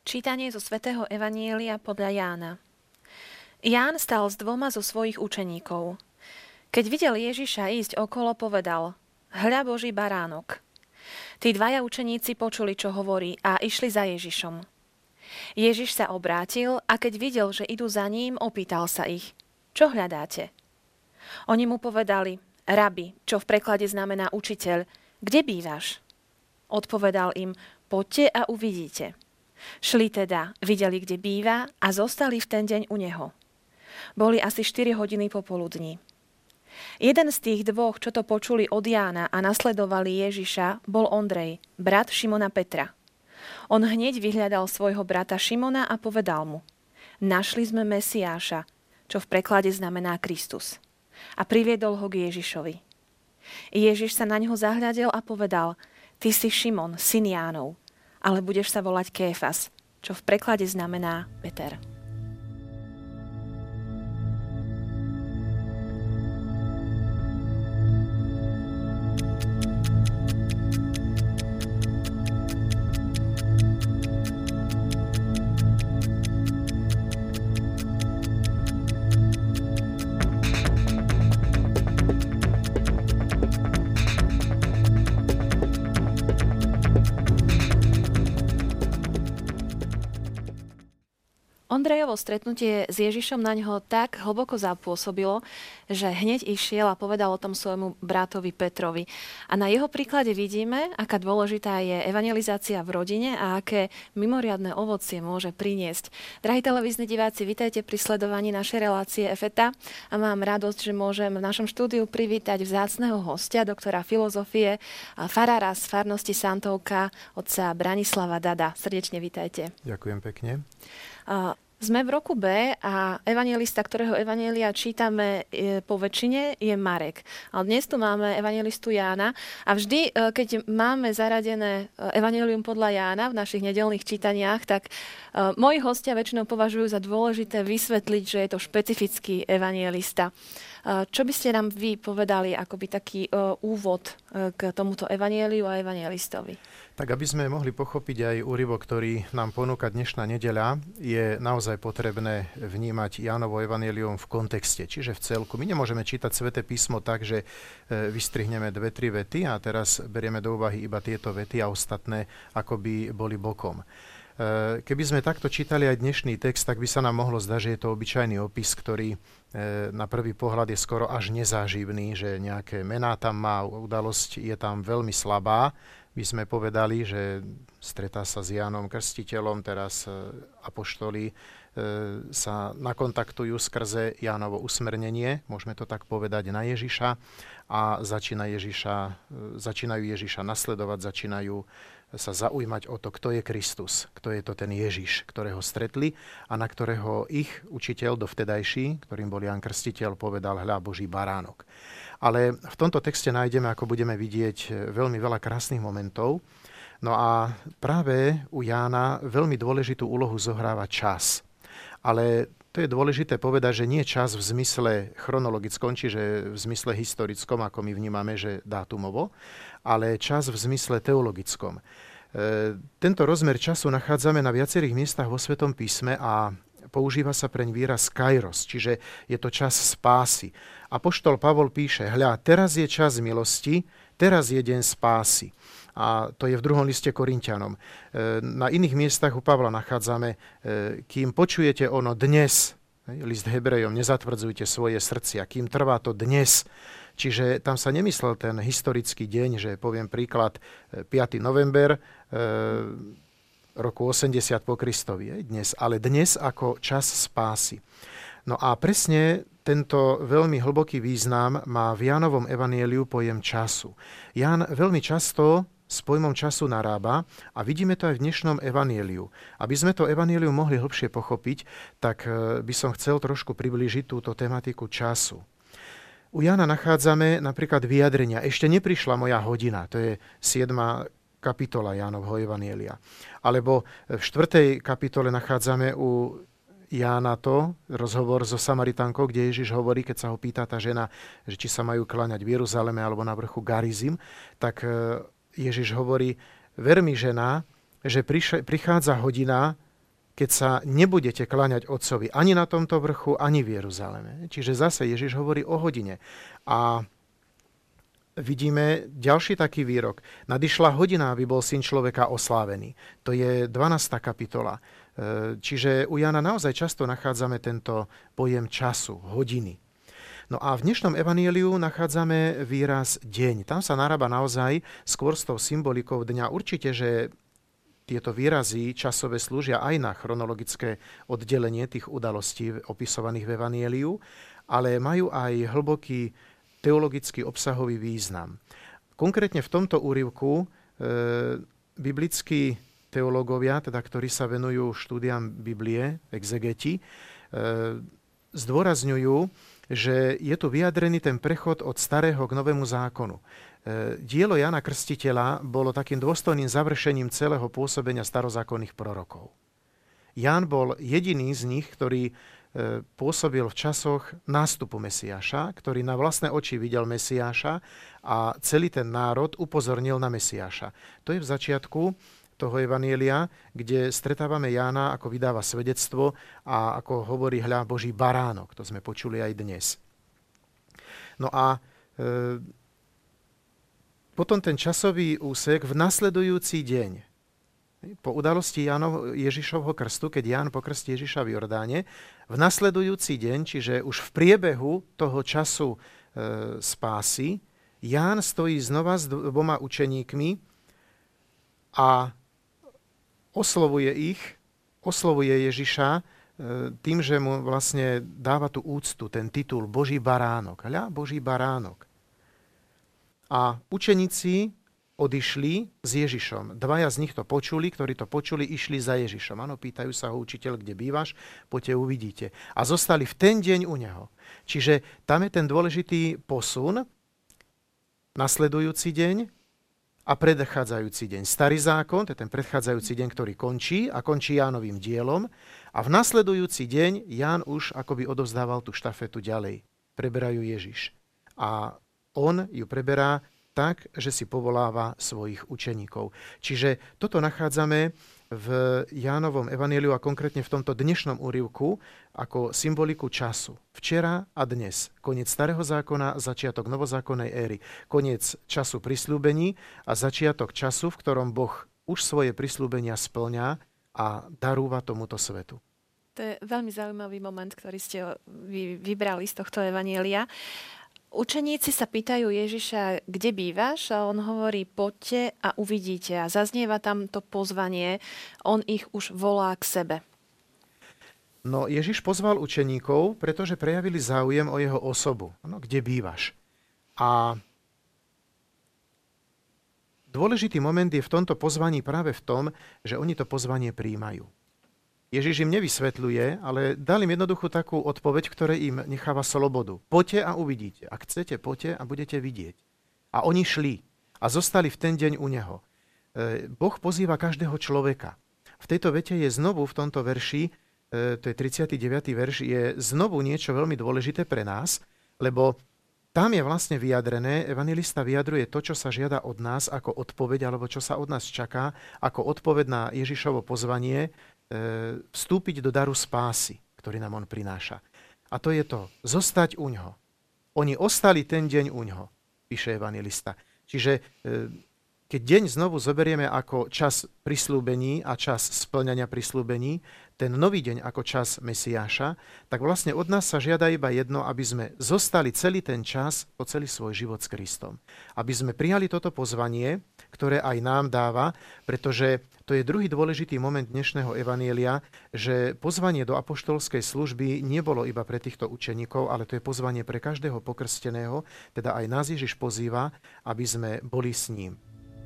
Čítanie zo svätého Evanielia podľa Jána. Ján stal s 2 zo svojich učeníkov. Keď videl Ježiša ísť okolo, povedal: Hľa Boží baránok. Tí 2 učeníci počuli, čo hovorí, a išli za Ježišom. Ježiš sa obrátil a keď videl, že idú za ním, opýtal sa ich: Čo hľadáte? Oni mu povedali: Rabi, čo v preklade znamená učiteľ, kde bývaš? Odpovedal im: Poďte a uvidíte. Šli teda, videli, kde býva, a zostali v ten deň u neho. Boli asi 4 hodiny popoludní. Jeden z tých 2, čo to počuli od Jána a nasledovali Ježiša, bol Ondrej, brat Šimona Petra. On hneď vyhľadal svojho brata Šimona a povedal mu: Našli sme Mesiáša, čo v preklade znamená Kristus. A priviedol ho k Ježišovi. Ježiš sa na ňo zahľadel a povedal: Ty si Šimon, syn Jánov, ale budeš sa volať Kéfas, čo v preklade znamená Peter. Ondrejovo stretnutie s Ježišom na ňo tak hlboko zapôsobilo, že hneď išiel a povedal o tom svojmu bratovi Petrovi. A na jeho príklade vidíme, aká dôležitá je evangelizácia v rodine a aké mimoriadne ovocie môže priniesť. Drahí televízni diváci, vitajte pri sledovaní našej relácie Efeta a mám radosť, že môžem v našom štúdiu privítať vzácneho hostia, doktora filozofie a farára z farnosti Santovka, otca Branislava Dada. Srdečne vitajte. Ďakujem pekne. Sme v roku B a evanjelista, ktorého evanjelia čítame po väčšine, je Marek. Ale dnes tu máme evanjelistu Jána a vždy, keď máme zaradené evanjelium podľa Jána v našich nedeľných čítaniach, tak moji hostia väčšinou považujú za dôležité vysvetliť, že je to špecifický evanjelista. Čo by ste nám vy povedali, akoby taký úvod k tomuto evanjeliu a evanjelistovi? Tak aby sme mohli pochopiť aj úryvok, ktorý nám ponúka dnešná nedeľa, je naozaj potrebné vnímať Jánovo evanjelium v kontexte, čiže v celku. My nemôžeme čítať Sväté písmo tak, že vystrihneme 2-3 vety a teraz berieme do úvahy iba tieto vety a ostatné akoby boli bokom. Keby sme takto čítali aj dnešný text, tak by sa nám mohlo zdať, že je to obyčajný opis, ktorý na prvý pohľad je skoro až nezáživný, že nejaké mená tam má, udalosť je tam veľmi slabá. My sme povedali, že stretá sa s Jánom Krstiteľom, teraz apoštoli sa nakontaktujú skrze Jánovo usmernenie, môžeme to tak povedať, na Ježiša a začínajú Ježiša nasledovať, začínajú sa zaujímať o to, kto je Kristus, kto je to ten Ježiš, ktorého stretli a na ktorého ich učiteľ dovtedajší, ktorým bol Ján Krstiteľ, povedal: Hľa Boží baránok. Ale v tomto texte nájdeme, ako budeme vidieť, veľmi veľa krásnych momentov. No a práve u Jána veľmi dôležitú úlohu zohráva čas. Ale to je dôležité povedať, že nie čas v zmysle chronologickom, čiže v zmysle historickom, ako my vnímame, že dátumovo, ale čas v zmysle teologickom. Tento rozmer času nachádzame na viacerých miestach vo Svätom písme a používa sa preň výraz kairos, čiže je to čas spásy. Apoštol Pavol píše: Hľa, teraz je čas milosti, teraz je deň spásy. A to je v 2. liste Korinťanom. Na iných miestach u Pavla nachádzame: Kým počujete ono dnes, list Hebrejom, nezatvrdzujte svoje srdcia, kým trvá to dnes. Čiže tam sa nemyslel ten historický deň, že poviem príklad 5. november, roku 80 po Kristovi, dnes, ale dnes ako čas spásy. No a presne tento veľmi hlboký význam má v Jánovom evanjeliu pojem času. Ján veľmi často s pojmom času narába a vidíme to aj v dnešnom evanjeliu. Aby sme to evanjelium mohli hlbšie pochopiť, tak by som chcel trošku priblížiť túto tematiku času. U Jána nachádzame napríklad vyjadrenia: Ešte neprišla moja hodina, to je 7. kapitola Jánovho evanjelia. Alebo v 4. kapitole nachádzame u Jána to, rozhovor so Samaritánkou, kde Ježiš hovorí, keď sa ho pýta tá žena, že či sa majú kláňať v Jeruzaleme alebo na vrchu Garizim, tak Ježiš hovorí: Ver mi, žena, že prichádza hodina, keď sa nebudete kláňať Otcovi ani na tomto vrchu, ani v Jeruzaleme. Čiže zase Ježiš hovorí o hodine. A vidíme ďalší taký výrok. Nadišla hodina, aby bol Syn človeka oslávený. To je 12. kapitola. Čiže u Jána naozaj často nachádzame tento pojem času, hodiny. No a v dnešnom evaníliu nachádzame výraz deň. Tam sa narába naozaj skôr s tou symbolikou dňa. Určite, že tieto výrazy časové slúžia aj na chronologické oddelenie tých udalostí opisovaných v evaníliu, ale majú aj hlboký teologický obsahový význam. Konkrétne v tomto úryvku biblickí teológovia, teda ktorí sa venujú štúdiam Biblie, exegeti, zdôrazňujú, že je tu vyjadrený ten prechod od starého k novému zákonu. Dielo Jana Krstiteľa bolo takým dôstojným završením celého pôsobenia starozákonných prorokov. Ján bol jediný z nich, ktorý pôsobil v časoch nástupu Mesiáša, ktorý na vlastné oči videl Mesiáša a celý ten národ upozornil na Mesiáša. To je v začiatku toho evanielia, kde stretávame Jána, ako vydáva svedectvo a ako hovorí hľa Boží baránok. To sme počuli aj dnes. No a potom ten časový úsek v nasledujúci deň, po udalosti Ježišovho krstu, keď Ján pokrstí Ježiša v Jordáne, v nasledujúci deň, čiže už v priebehu toho času spásy, Ján stojí znova s dvoma učeníkmi a oslovuje Ježiša tým, že mu vlastne dáva tú úctu, ten titul Boží baránok. Hľa, Boží baránok. A učeníci odišli s Ježišom. Dvaja z nich to počuli, ktorí to počuli, išli za Ježišom. Áno, pýtajú sa ho, učiteľ, kde bývaš, poďte uvidíte. A zostali v ten deň u neho. Čiže tam je ten dôležitý posun, nasledujúci deň a predchádzajúci deň. Starý zákon, to je ten predchádzajúci deň, ktorý končí a končí Jánovým dielom. A v nasledujúci deň Ján už akoby odovzdával tú štafetu ďalej. Preberajú Ježiš. A on ju preberá tak, že si povoláva svojich učeníkov. Čiže toto nachádzame v Jánovom evanjeliu a konkrétne v tomto dnešnom úryvku ako symboliku času. Včera a dnes. Koniec starého zákona, začiatok novozákonnej éry. Koniec času prisľúbení a začiatok času, v ktorom Boh už svoje prisľúbenia spĺňa a darúva tomuto svetu. To je veľmi zaujímavý moment, ktorý ste vybrali z tohto evanjelia. Učeníci sa pýtajú Ježiša, kde bývaš? A on hovorí, poďte a uvidíte. A zaznieva tam to pozvanie, on ich už volá k sebe. No, Ježiš pozval učeníkov, pretože prejavili záujem o jeho osobu. No, kde bývaš? A dôležitý moment je v tomto pozvaní práve v tom, že oni to pozvanie prijímajú. Ježiš im nevysvetľuje, ale dal im jednoduchú takú odpoveď, ktorá im necháva slobodu. Poďte a uvidíte. Ak chcete, poďte a budete vidieť. A oni šli a zostali v ten deň u neho. Boh pozýva každého človeka. V tejto vete je znovu v tomto verši, to je 39. verš, je znovu niečo veľmi dôležité pre nás, lebo tam je vlastne vyjadrené, evanjelista vyjadruje to, čo sa žiada od nás ako odpoveď, alebo čo sa od nás čaká, ako odpoveď na Ježišovo pozvanie, vstúpiť do daru spásy, ktorý nám on prináša. A to je to, zostať u ňoho. Oni ostali ten deň u ňoho, píše evanjelista. Čiže keď deň znovu zoberieme ako čas prisľúbení a čas splňania prisľúbení, ten nový deň ako čas Mesiáša, tak vlastne od nás sa žiada iba jedno, aby sme zostali celý ten čas po celý svoj život s Kristom. Aby sme prijali toto pozvanie, ktoré aj nám dáva, pretože to je druhý dôležitý moment dnešného evanjelia, že pozvanie do apoštolskej služby nebolo iba pre týchto učeníkov, ale to je pozvanie pre každého pokrsteného, teda aj nás Ježiš pozýva, aby sme boli s ním.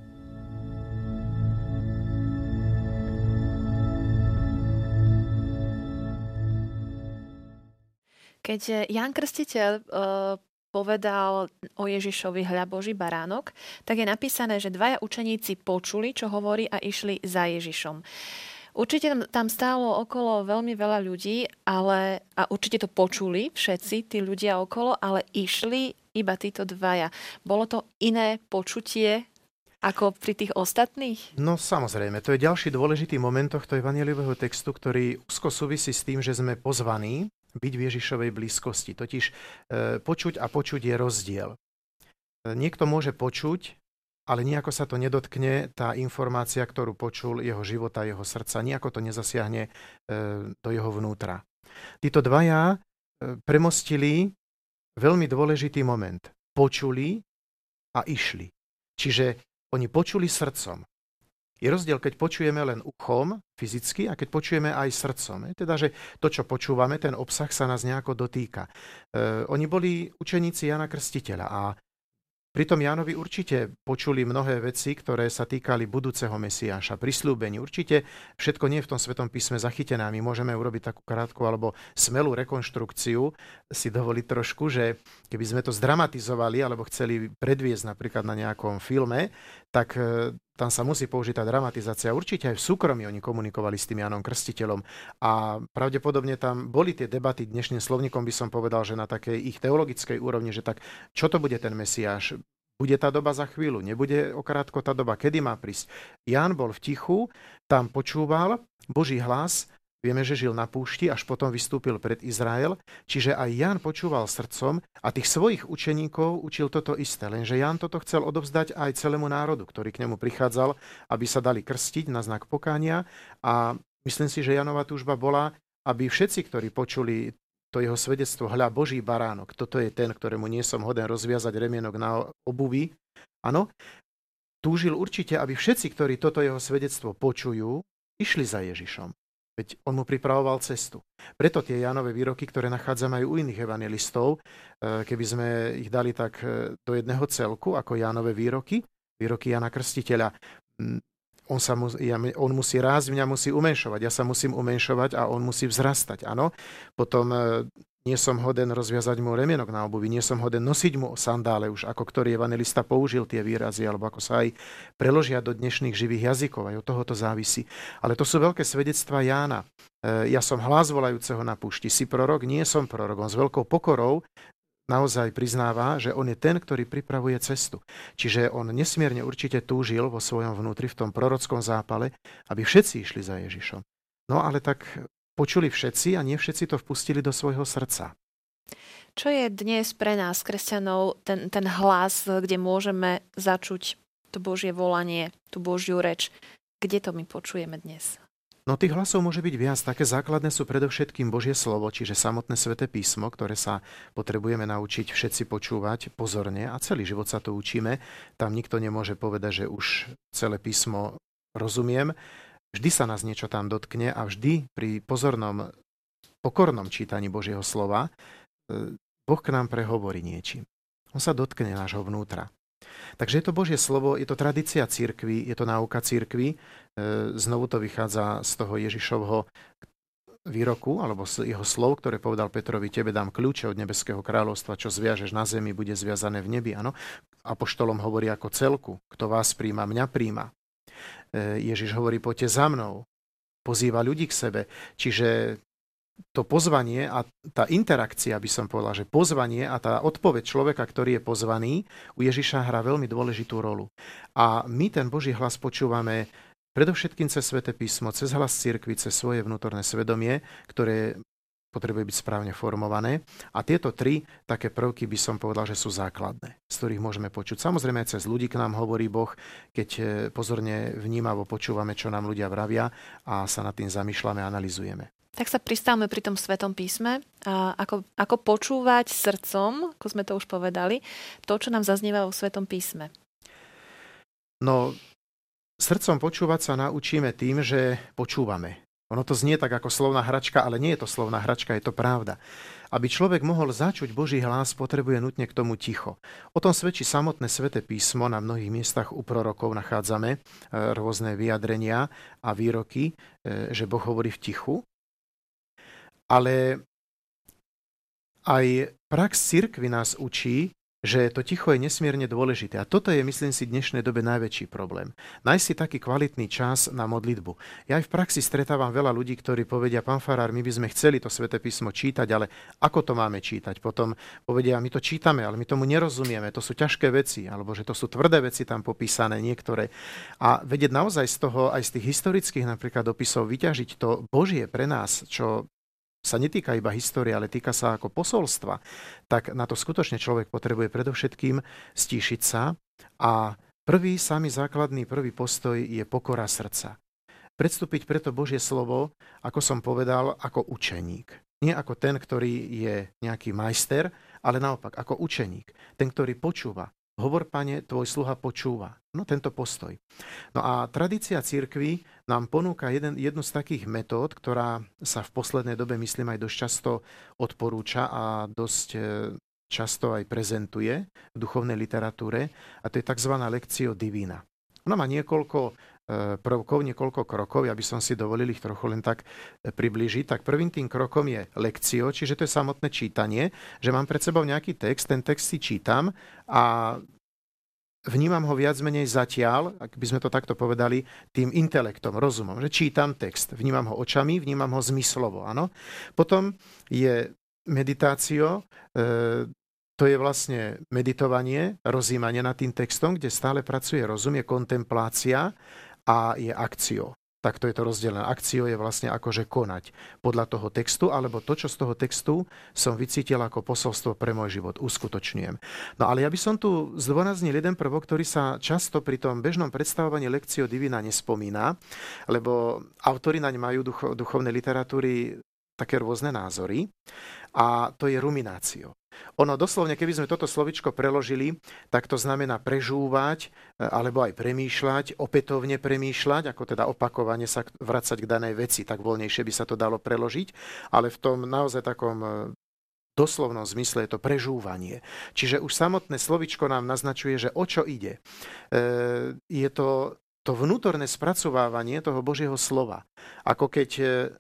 Keď Ján Krstiteľ povedal o Ježišovi hľa Boží baránok, tak je napísané, že dvaja učeníci počuli, čo hovorí a išli za Ježišom. Určite tam stálo okolo veľmi veľa ľudí, a určite to počuli všetci tí ľudia okolo, ale išli iba títo dvaja. Bolo to iné počutie? ako pri tých ostatných? No samozrejme, to je ďalší dôležitý moment tohto evanjeliového textu, ktorý úzko súvisí s tým, že sme pozvaní byť v Ježišovej blízkosti. Totiž počuť a počuť je rozdiel. Niekto môže počuť, ale nejako sa to nedotkne, tá informácia, ktorú počul, jeho života, jeho srdca, nejako to nezasiahne do jeho vnútra. Títo dvaja premostili veľmi dôležitý moment. Počuli a išli. Čiže oni počuli srdcom. Je rozdiel, keď počujeme len uchom, fyzicky, a keď počujeme aj srdcom. Teda, že to, čo počúvame, ten obsah sa nás nejako dotýka. Oni boli učeníci Jana Krstiteľa a pritom Jánovi určite počuli mnohé veci, ktoré sa týkali budúceho Mesiáša, prisľúbení. Určite všetko nie je v tom Svetom písme zachytené. My môžeme urobiť takú krátku alebo smelú rekonštrukciu, si dovoliť trošku, že keby sme to zdramatizovali alebo chceli predviesť napríklad na nejakom filme, tak tam sa musí použiť tá dramatizácia. Určite aj v súkromí oni komunikovali s tým Jánom Krstiteľom a pravdepodobne tam boli tie debaty, dnešným slovníkom by som povedal, že na takej ich teologickej úrovni, že tak čo to bude ten Mesiáš? Bude tá doba za chvíľu? Nebude okrátko tá doba? Kedy má prísť? Ján bol v tichu, tam počúval Boží hlas. Vieme, že žil na púšti, až potom vystúpil pred Izrael. Čiže aj Ján počúval srdcom a tých svojich učeníkov učil toto isté. Lenže Ján toto chcel odovzdať aj celému národu, ktorý k nemu prichádzal, aby sa dali krstiť na znak pokánia. A myslím si, že Janova túžba bola, aby všetci, ktorí počuli to jeho svedectvo, hľa Boží baránok, toto je ten, ktorému nie som hoden rozviazať remienok na obuvi. Áno, túžil určite, aby všetci, ktorí toto jeho svedectvo počujú, išli za Ježišom. Veď on mu pripravoval cestu. Preto tie Jánove výroky, ktoré nachádzame aj u iných evanjelistov, keby sme ich dali tak do jedného celku, ako Jánove výroky Jana Krstiteľa, on musí rásť, mňa musí umenšovať, ja sa musím umenšovať a on musí vzrastať. Áno? Potom nie som hoden rozviazať mu remienok na obuvi, nie som hoden nosiť mu sandále, už ako ktorý evanjelista použil tie výrazy, alebo ako sa aj preložia do dnešných živých jazykov, aj od toho to závisí. Ale to sú veľké svedectvá Jána. Ja som hlas volajúceho na púšti, si prorok, nie som prorok. On s veľkou pokorou naozaj priznáva, že on je ten, ktorý pripravuje cestu. Čiže on nesmierne určite túžil vo svojom vnútri, v tom prorockom zápale, aby všetci išli za Ježišom. No ale tak počuli všetci a nie všetci to vpustili do svojho srdca. Čo je dnes pre nás, kresťanov, ten hlas, kde môžeme začuť to Božie volanie, tú Božiu reč? Kde to my počujeme dnes? No tých hlasov môže byť viac. Také základné sú predovšetkým Božie slovo, čiže samotné Sväté písmo, ktoré sa potrebujeme naučiť všetci počúvať pozorne a celý život sa to učíme. Tam nikto nemôže povedať, že už celé písmo rozumiem. Vždy sa nás niečo tam dotkne a vždy pri pozornom, pokornom čítaní Božieho slova Boh k nám prehovorí niečím. On sa dotkne nášho vnútra. Takže je to Božie slovo, je to tradícia cirkvi, je to náuka cirkvi. Znovu to vychádza z toho Ježišovho výroku, alebo z jeho slov, ktoré povedal Petrovi, tebe dám kľúče od nebeského kráľovstva, čo zviažeš na zemi, bude zviazané v nebi. Áno? Apoštolom hovorí ako celku, kto vás príjma, mňa príjma. Ježiš hovorí, poďte za mnou, pozýva ľudí k sebe. Čiže to pozvanie a tá interakcia, by som povedal, že pozvanie a tá odpoveď človeka, ktorý je pozvaný, u Ježiša hrá veľmi dôležitú rolu. A my ten Boží hlas počúvame predovšetkým cez Sväté písmo, cez hlas cirkvi, cez svoje vnútorné svedomie, ktoré potrebuje byť správne formované. A tieto tri také prvky by som povedal, že sú základné, z ktorých môžeme počuť. Samozrejme aj cez ľudí k nám hovorí Boh, keď pozorne vnímavo počúvame, čo nám ľudia vravia a sa nad tým zamýšľame a analyzujeme. Tak sa pristávame pri tom Svetom písme. Ako počúvať srdcom, ako sme to už povedali, to, čo nám zaznieva vo Svetom písme. No, srdcom počúvať sa naučíme tým, že počúvame. Ono to znie tak ako slovná hračka, ale nie je to slovná hračka, je to pravda. Aby človek mohol začuť Boží hlas, potrebuje nutne k tomu ticho. O tom svedčí samotné Sväté písmo, na mnohých miestach u prorokov nachádzame rôzne vyjadrenia a výroky, že Boh hovorí v tichu. Ale aj prax cirkvi nás učí, že to ticho je nesmierne dôležité. A toto je, myslím si, v dnešnej dobe najväčší problém. Nájsť si taký kvalitný čas na modlitbu. Ja aj v praxi stretávam veľa ľudí, ktorí povedia, pán farár, my by sme chceli to Sväté písmo čítať, ale ako to máme čítať? Potom povedia, my to čítame, ale my tomu nerozumieme, to sú ťažké veci, alebo že to sú tvrdé veci tam popísané niektoré. A vedieť naozaj z toho, aj z tých historických napríklad dopisov, vyťažiť to Božie pre nás, čo sa netýka iba histórie, ale týka sa ako posolstva, tak na to skutočne človek potrebuje predovšetkým stíšiť sa a samý základný prvý postoj je pokora srdca. Predstúpiť preto Božie slovo, ako som povedal, ako učeník. Nie ako ten, ktorý je nejaký majster, ale naopak ako učeník. Ten, ktorý počúva. Hovor, Pane, tvoj sluha počúva. No tento postoj. No a tradícia cirkvi nám ponúka jednu z takých metód, ktorá sa v poslednej dobe, myslím, aj dosť často odporúča a dosť často aj prezentuje v duchovnej literatúre, a to je tzv. Lectio divina. Ona má niekoľko prvkov, niekoľko krokov, ja by som si dovolil ich trochu len tak priblížiť. Tak prvým tým krokom je lekcio, čiže to je samotné čítanie, že mám pred sebou nejaký text, ten text si čítam a vnímam ho viac menej zatiaľ, ak by sme to takto povedali, tým intelektom, rozumom, že čítam text, vnímam ho očami, vnímam ho zmyslovo, áno. Potom je meditácio, to je vlastne meditovanie, rozjímanie nad tým textom, kde stále pracuje rozum, je kontemplácia a je akcio. Takto je to rozdelené. Akcio je vlastne akože konať podľa toho textu, alebo to, čo z toho textu som vycítil ako posolstvo pre môj život, uskutočňujem. No ale ja by som tu zdôraznil jeden prvok, ktorý sa často pri tom bežnom predstavovaní Lectio divina nespomína, lebo autori naň majú duchovnej literatúry také rôzne názory, a to je ruminácio. Ono doslovne, keby sme toto slovičko preložili, tak to znamená prežúvať, alebo aj premýšľať, opätovne premýšľať, ako teda opakovane sa vracať k danej veci, tak voľnejšie by sa to dalo preložiť, ale v tom naozaj takom doslovnom zmysle je to prežúvanie. Čiže už samotné slovičko nám naznačuje, že o čo ide. Je to vnútorné spracovávanie toho Božieho slova. Ako keď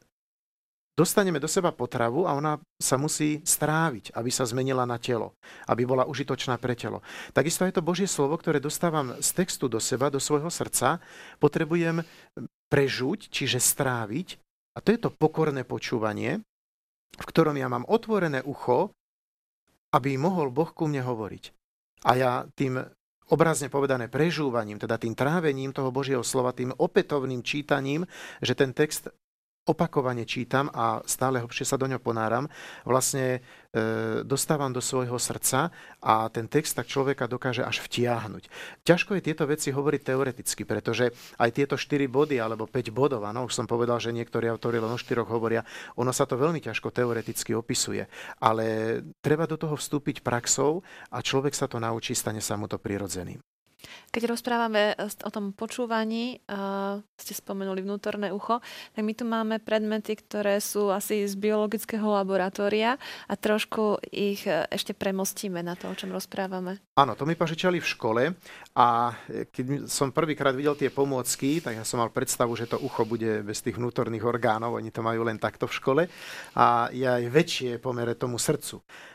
dostaneme do seba potravu a ona sa musí stráviť, aby sa zmenila na telo, aby bola užitočná pre telo. Takisto je to Božie slovo, ktoré dostávam z textu do seba, do svojho srdca, potrebujem prežuť, čiže stráviť, a to je to pokorné počúvanie, v ktorom ja mám otvorené ucho, aby mohol Boh ku mne hovoriť. A ja tým obrazne povedané prežúvaním, teda tým trávením toho Božieho slova, tým opätovným čítaním, že ten text opakovane čítam a stále hlbšie sa do ňo ponáram, vlastne dostávam do svojho srdca a ten text tak človeka dokáže až vtiahnuť. Ťažko je tieto veci hovoriť teoreticky, pretože aj tieto 4 body alebo 5 bodov, áno, už som povedal, že niektorí autori len o 4 hovoria, ono sa to veľmi ťažko teoreticky opisuje, ale treba do toho vstúpiť praxou a človek sa to naučí, stane sa mu to prirodzeným. Keď rozprávame o tom počúvaní, ste spomenuli vnútorné ucho, tak my tu máme predmety, ktoré sú asi z biologického laboratória a trošku ich ešte premostíme na to, o čom rozprávame. Áno, to mi požičali v škole a keď som prvýkrát videl tie pomôcky, tak ja som mal predstavu, že to ucho bude bez tých vnútorných orgánov, oni to majú len takto v škole a je aj väčšie pomere tomu srdcu.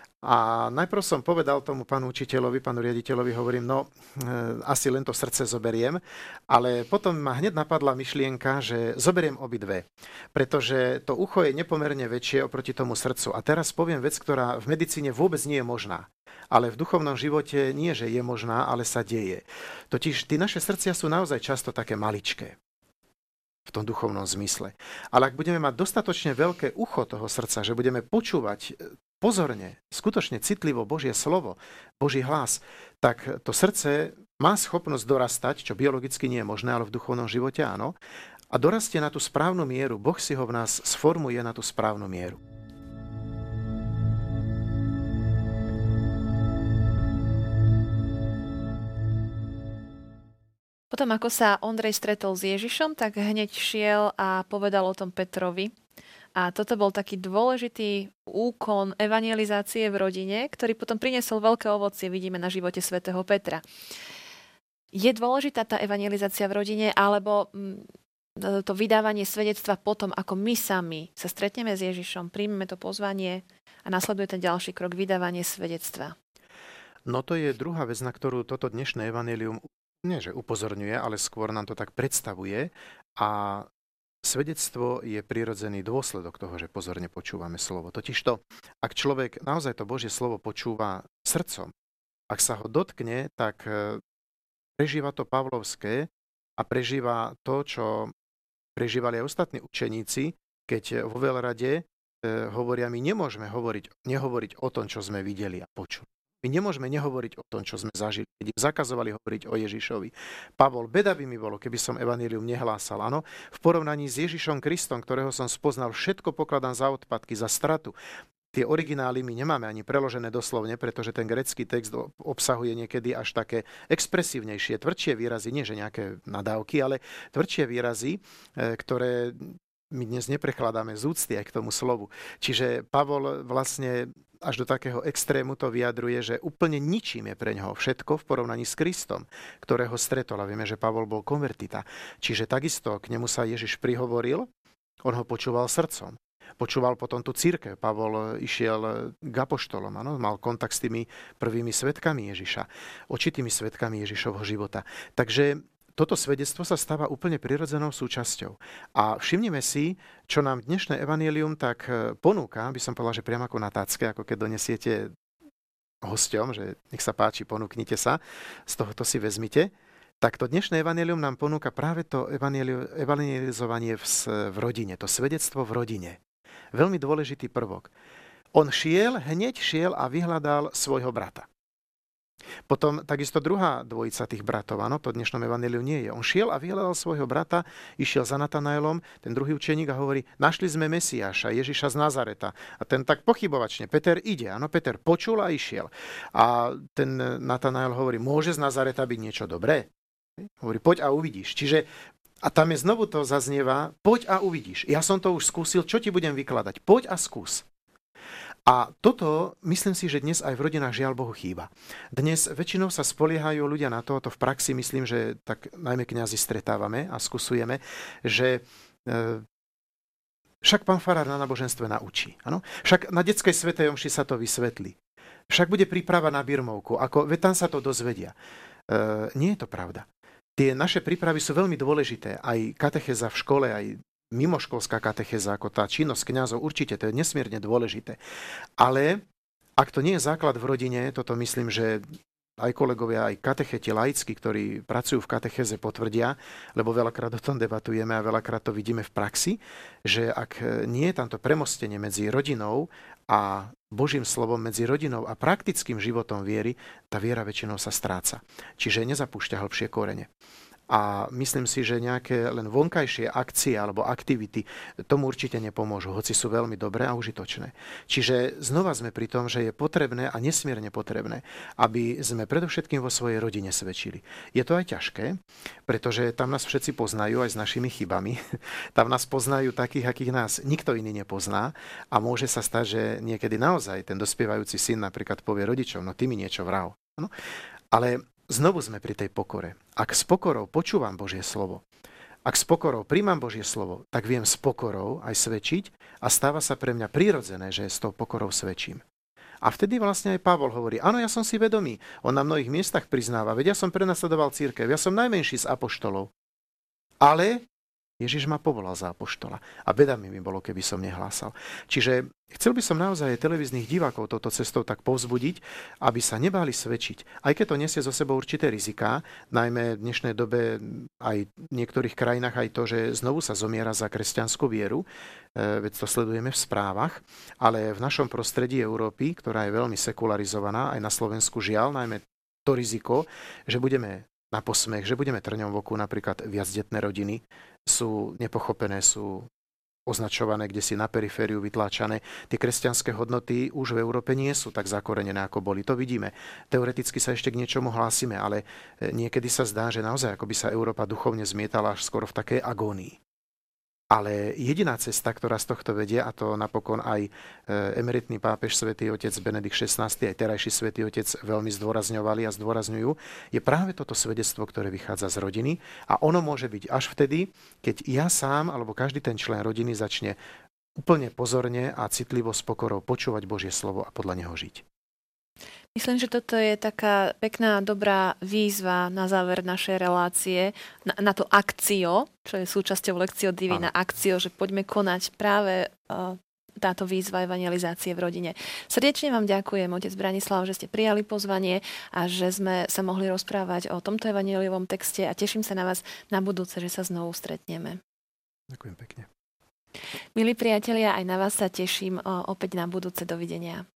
A najprv som povedal tomu pánu učiteľovi, pánu riaditeľovi, hovorím, asi len to srdce zoberiem, ale potom ma hneď napadla myšlienka, že zoberiem obidve, pretože to ucho je nepomerne väčšie oproti tomu srdcu. A teraz poviem vec, ktorá v medicíne vôbec nie je možná, ale v duchovnom živote nie, že je možná, ale sa deje. Totiž tie naše srdcia sú naozaj často také maličké v tom duchovnom zmysle. Ale ak budeme mať dostatočne veľké ucho toho srdca, že budeme počúvať pozorne, skutočne citlivo Božie slovo, Boží hlas, tak to srdce má schopnosť dorastať, čo biologicky nie je možné, ale v duchovnom živote áno, a dorastie na tú správnu mieru. Boh si ho v nás sformuje na tú správnu mieru. Potom, ako sa Ondrej stretol s Ježišom, tak hneď šiel a povedal o tom Petrovi. A toto bol taký dôležitý úkon evangelizácie v rodine, ktorý potom priniesol veľké ovocie, vidíme na živote svätého Petra. Je dôležitá tá evangelizácia v rodine, alebo to vydávanie svedectva potom, ako my sami sa stretneme s Ježišom, príjmeme to pozvanie a nasleduje ten ďalší krok, vydávanie svedectva? No to je druhá vec, na ktorú toto dnešné evanjelium nie že upozorňuje, ale skôr nám to tak predstavuje. A svedectvo je prirodzený dôsledok toho, že pozorne počúvame slovo. Totižto, ak človek naozaj to Božie slovo počúva srdcom, ak sa ho dotkne, tak prežíva to pavlovské a prežíva to, čo prežívali aj ostatní učeníci, keď vo veľrade hovoria, my nemôžeme nehovoriť o tom, čo sme videli a počuli. My nemôžeme nehovoriť o tom, čo sme zažili. Keď im zakazovali hovoriť o Ježišovi. Pavol, beda by mi bolo, keby som evanjelium nehlásal. Áno, v porovnaní s Ježišom Kristom, ktorého som spoznal, všetko pokladám za odpadky, za stratu. Tie originály my nemáme ani preložené doslovne, pretože ten grécky text obsahuje niekedy až také expresívnejšie, tvrdšie výrazy, nie že nejaké nadávky, ale tvrdšie výrazy, ktoré my dnes neprekladáme z úcty aj k tomu slovu. Čiže Pavol vlastne až do takého extrému to vyjadruje, že úplne ničím je pre ňoho všetko v porovnaní s Kristom, ktorého stretol. A vieme, že Pavol bol konvertita. Čiže takisto k nemu sa Ježiš prihovoril, on ho počúval srdcom. Počúval potom tú cirkev. Pavol išiel k apoštolom, ano? Mal kontakt s tými prvými svedkami Ježiša, očitými svedkami Ježišovho života. Takže toto svedectvo sa stáva úplne prirodzenou súčasťou. A všimnime si, čo nám dnešné evanjelium tak ponúka, by som povedal, že priamo ako na tácke, ako keď donesiete hosťom, že nech sa páči, ponúknite sa, z tohoto si vezmite. Tak to dnešné evanjelium nám ponúka práve to evanjelizovanie v rodine, to svedectvo v rodine. Veľmi dôležitý prvok. On hneď šiel a vyhľadal svojho brata. Potom takisto druhá dvojica tých bratov, áno, to v dnešnom evanjeliu nie je. On šiel a vyhľadal svojho brata, išiel za Natanaelom, ten druhý učeník a hovorí, našli sme Mesiáša, Ježiša z Nazareta. A ten tak pochybovačne, Peter ide, áno, Peter počul a išiel. A ten Natanael hovorí, môže z Nazareta byť niečo dobré? Hovorí, poď a uvidíš. Čiže a tam je znovu to zaznieva, poď a uvidíš. Ja som to už skúsil, čo ti budem vykladať? Poď a skús. A toto, myslím si, že dnes aj v rodinách žiaľ Bohu chýba. Dnes väčšinou sa spoliehajú ľudia na to v praxi myslím, že tak najmä kňazi stretávame a skúsujeme, že však pán farár na náboženstve naučí. Ano? Však na detskej svätej omši sa to vysvetlí. Však bude príprava na birmovku, veď tam sa to dozvedia. Nie je to pravda. Tie naše prípravy sú veľmi dôležité. Aj katechéza v škole, aj mimoškolská katechéza, ako tá činnosť kňazov, určite to je nesmierne dôležité. Ale ak to nie je základ v rodine, toto myslím, že aj kolegovia, aj katecheti laickí, ktorí pracujú v katechéze, potvrdia, lebo veľakrát o tom debatujeme a veľakrát to vidíme v praxi, že ak nie je tamto premostenie medzi rodinou a Božím slovom, medzi rodinou a praktickým životom viery, tá viera väčšinou sa stráca. Čiže nezapúšťa hlbšie korene. A myslím si, že nejaké len vonkajšie akcie alebo aktivity tomu určite nepomôžu, hoci sú veľmi dobré a užitočné. Čiže znova sme pri tom, že je potrebné a nesmierne potrebné, aby sme predovšetkým vo svojej rodine svedčili. Je to aj ťažké, pretože tam nás všetci poznajú aj s našimi chybami. Tam nás poznajú takých, akých nás nikto iný nepozná a môže sa stať, že niekedy naozaj ten dospievajúci syn napríklad povie rodičom, no ty mi niečo vrav. No, ale znovu sme pri tej pokore. Ak s pokorou počúvam Božie slovo, ak s pokorou príjmam Božie slovo, tak viem s pokorou aj svedčiť a stáva sa pre mňa prirodzené, že s tou pokorou svedčím. A vtedy vlastne aj Pavol hovorí, áno, ja som si vedomý. On na mnohých miestach priznáva, veď ja som prenasledoval cirkev, ja som najmenší z apoštolov. Ale Ježiš ma povolal za apoštola. A beda mi bolo, keby som nehlásal. Čiže chcel by som naozaj televíznych divákov touto cestou tak povzbudiť, aby sa nebáli svedčiť. Aj keď to nesie zo sebou určité riziká, najmä v dnešnej dobe aj v niektorých krajinách aj to, že znovu sa zomiera za kresťanskú vieru, veď to sledujeme v správach, ale v našom prostredí Európy, ktorá je veľmi sekularizovaná, aj na Slovensku žiaľ, najmä to riziko, že budeme na posmech, že budeme trňom v oku, napríklad viacdetné rodiny sú nepochopené, sú označované, kde si na perifériu vytláčané. Tie kresťanské hodnoty už v Európe nie sú tak zakorenené, ako boli. To vidíme. Teoreticky sa ešte k niečomu hlásime, ale niekedy sa zdá, že naozaj ako by sa Európa duchovne zmietala až skoro v takej agónii. Ale jediná cesta, ktorá z tohto vedie, a to napokon aj emeritný pápež svätý otec Benedikt XVI, aj terajší svätý otec veľmi zdôrazňovali a zdôrazňujú, je práve toto svedectvo, ktoré vychádza z rodiny a ono môže byť až vtedy, keď ja sám alebo každý ten člen rodiny začne úplne pozorne a citlivo s pokorou počúvať Božie slovo a podľa neho žiť. Myslím, že toto je taká pekná, dobrá výzva na záver našej relácie, na to akcio, čo je súčasťou Lectio Divina, akcio, že poďme konať práve táto výzva evangelizácie v rodine. Srdečne vám ďakujem, otec Branislav, že ste prijali pozvanie a že sme sa mohli rozprávať o tomto evanjeliovom texte a teším sa na vás na budúce, že sa znovu stretneme. Ďakujem pekne. Milí priatelia, aj na vás sa teším opäť na budúce. Dovidenia.